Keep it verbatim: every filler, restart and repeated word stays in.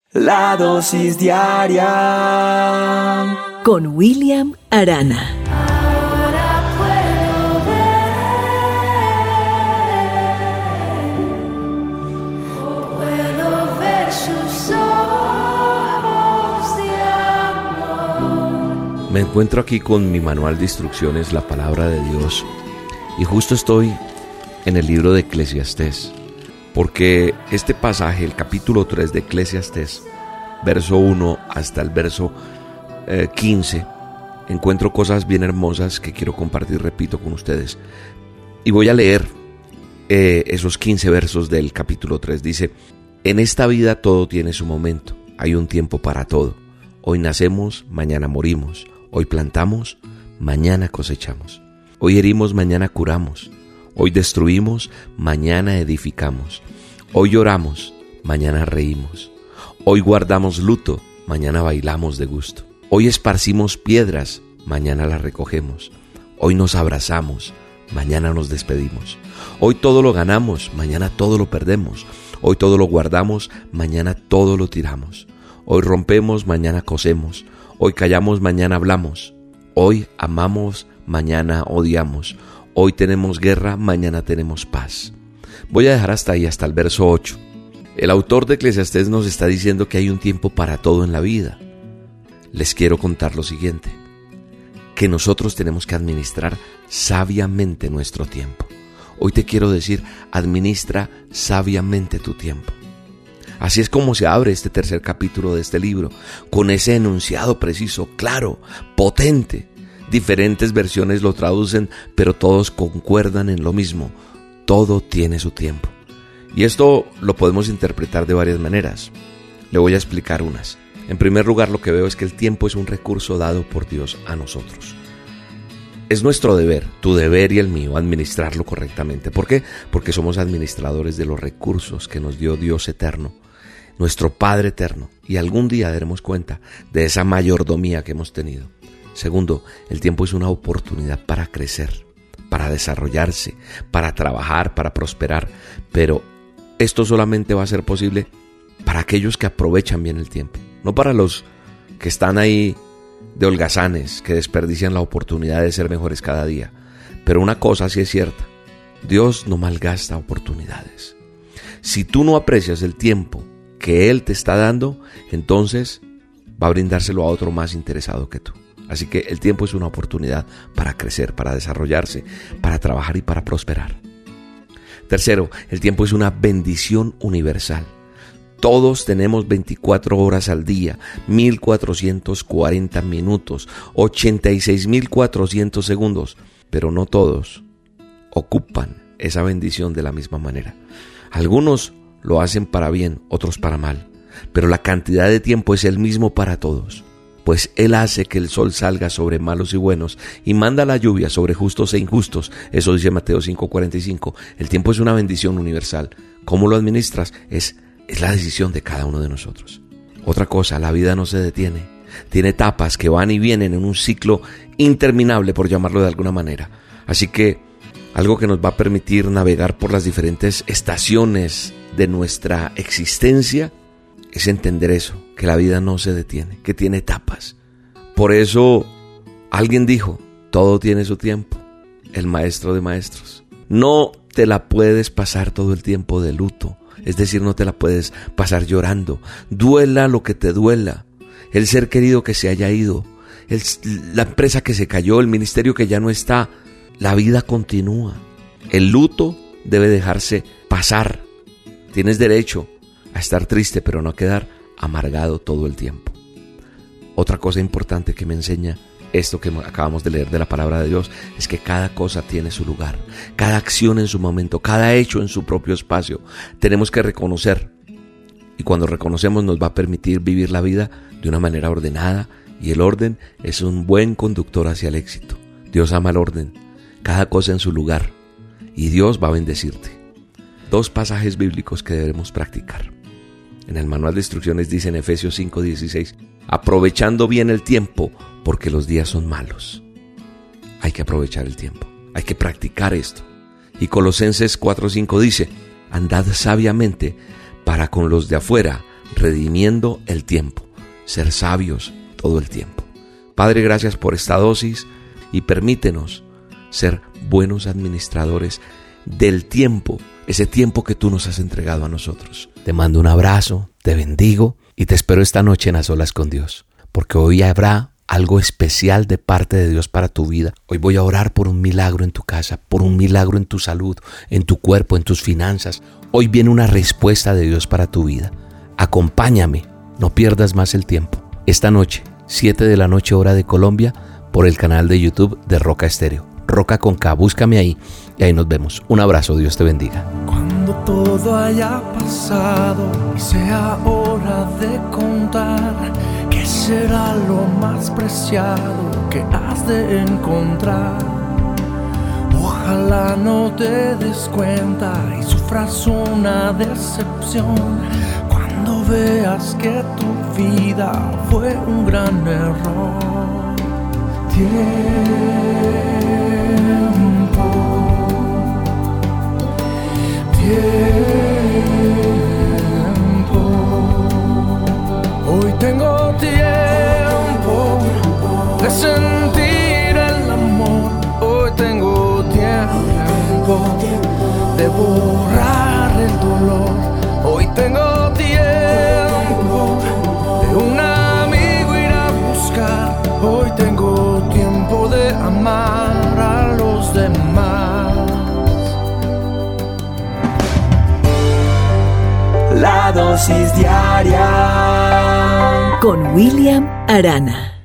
La dosis diaria con William Arana. Ahora puedo ver, puedo ver sus ojos de amor. Me encuentro aquí con mi manual de instrucciones, la palabra de Dios, y justo estoy en el libro de Eclesiastés, porque este pasaje, el capítulo tres de Eclesiastés, verso uno hasta el verso eh, quince, encuentro cosas bien hermosas que quiero compartir, repito, con ustedes. Y voy a leer eh, esos quince versos del capítulo tres. Dice: en esta vida todo tiene su momento, hay un tiempo para todo. Hoy nacemos, mañana morimos. Hoy plantamos, mañana cosechamos. Hoy herimos, mañana curamos. Hoy destruimos, mañana edificamos. Hoy lloramos, mañana reímos. Hoy guardamos luto, mañana bailamos de gusto. Hoy esparcimos piedras, mañana las recogemos. Hoy nos abrazamos, mañana nos despedimos. Hoy todo lo ganamos, mañana todo lo perdemos. Hoy todo lo guardamos, mañana todo lo tiramos. Hoy rompemos, mañana cosemos. Hoy callamos, mañana hablamos. Hoy amamos, mañana odiamos. Hoy tenemos guerra, mañana tenemos paz. Voy a dejar hasta ahí, hasta el verso ocho. El autor de Eclesiastés nos está diciendo que hay un tiempo para todo en la vida. Les quiero contar lo siguiente: que nosotros tenemos que administrar sabiamente nuestro tiempo. Hoy te quiero decir, administra sabiamente tu tiempo. Así es como se abre este tercer capítulo de este libro, con ese enunciado preciso, claro, potente. Diferentes versiones lo traducen, pero todos concuerdan en lo mismo: todo tiene su tiempo. Y esto lo podemos interpretar de varias maneras. Le voy a explicar unas. En primer lugar, lo que veo es que el tiempo es un recurso dado por Dios a nosotros. Es nuestro deber, tu deber y el mío, administrarlo correctamente. ¿Por qué? Porque somos administradores de los recursos que nos dio Dios eterno, nuestro Padre eterno, y algún día daremos cuenta de esa mayordomía que hemos tenido. Segundo, el tiempo es una oportunidad para crecer, para desarrollarse, para trabajar, para prosperar, pero esto solamente va a ser posible para aquellos que aprovechan bien el tiempo, no para los que están ahí de holgazanes, que desperdician la oportunidad de ser mejores cada día. Pero una cosa sí es cierta: Dios no malgasta oportunidades. Si tú no aprecias el tiempo que Él te está dando, entonces va a brindárselo a otro más interesado que tú. Así que el tiempo es una oportunidad para crecer, para desarrollarse, para trabajar y para prosperar. Tercero, el tiempo es una bendición universal. Todos tenemos veinticuatro horas al día, mil cuatrocientos cuarenta minutos, ochenta y seis mil cuatrocientos segundos, pero no todos ocupan esa bendición de la misma manera. Algunos lo hacen para bien, otros para mal, pero la cantidad de tiempo es el mismo para todos. Pues Él hace que el sol salga sobre malos y buenos y manda la lluvia sobre justos e injustos. Eso dice Mateo cinco cuarenta y cinco. El tiempo es una bendición universal. ¿Cómo lo administras? Es, es la decisión de cada uno de nosotros. Otra cosa, la vida no se detiene. Tiene etapas que van y vienen en un ciclo interminable, por llamarlo de alguna manera. Así que algo que nos va a permitir navegar por las diferentes estaciones de nuestra existencia es entender eso, que la vida no se detiene, que tiene etapas. Por eso alguien dijo: todo tiene su tiempo, el maestro de maestros. No te la puedes pasar todo el tiempo de luto, es decir, no te la puedes pasar llorando. Duela lo que te duela, el ser querido que se haya ido, el, la empresa que se cayó, el ministerio que ya no está. La vida continúa. El luto debe dejarse pasar. Tienes derecho a estar triste, pero no a quedar amargado todo el tiempo. Otra cosa importante que me enseña esto que acabamos de leer de la palabra de Dios es que cada cosa tiene su lugar, cada acción en su momento, cada hecho en su propio espacio. Tenemos que reconocer, y cuando reconocemos nos va a permitir vivir la vida de una manera ordenada, y el orden es un buen conductor hacia el éxito. Dios ama el orden, cada cosa en su lugar, y Dios va a bendecirte. Dos pasajes bíblicos que debemos practicar. En el manual de instrucciones dice en Efesios cinco dieciséis: aprovechando bien el tiempo, porque los días son malos. Hay que aprovechar el tiempo, hay que practicar esto. Y Colosenses cuatro cinco dice: andad sabiamente para con los de afuera, redimiendo el tiempo, ser sabios todo el tiempo. Padre, gracias por esta dosis y permítenos ser buenos administradores del tiempo, ese tiempo que tú nos has entregado a nosotros. Te mando un abrazo, te bendigo y te espero esta noche en A Solas con Dios, porque hoy habrá algo especial de parte de Dios para tu vida. Hoy voy a orar por un milagro en tu casa, por un milagro en tu salud, en tu cuerpo, en tus finanzas. Hoy viene una respuesta de Dios para tu vida. Acompáñame, no pierdas más el tiempo. Esta noche, siete de la noche hora de Colombia, por el canal de YouTube de Roca Estéreo. Roca con K, búscame ahí y ahí nos vemos. Un abrazo, Dios te bendiga. Cuando todo haya pasado y sea hora de contar, ¿qué será lo más preciado que has de encontrar? Ojalá no te des cuenta y sufras una decepción cuando veas que tu vida fue un gran error. Tiempo, tiempo, hoy tengo tiempo de sentir el amor, hoy tengo tiempo de borrar el dolor, hoy tengo tiempo de un amigo ir a buscar, hoy tengo tiempo de amar a los demás. La dosis diaria con William Arana.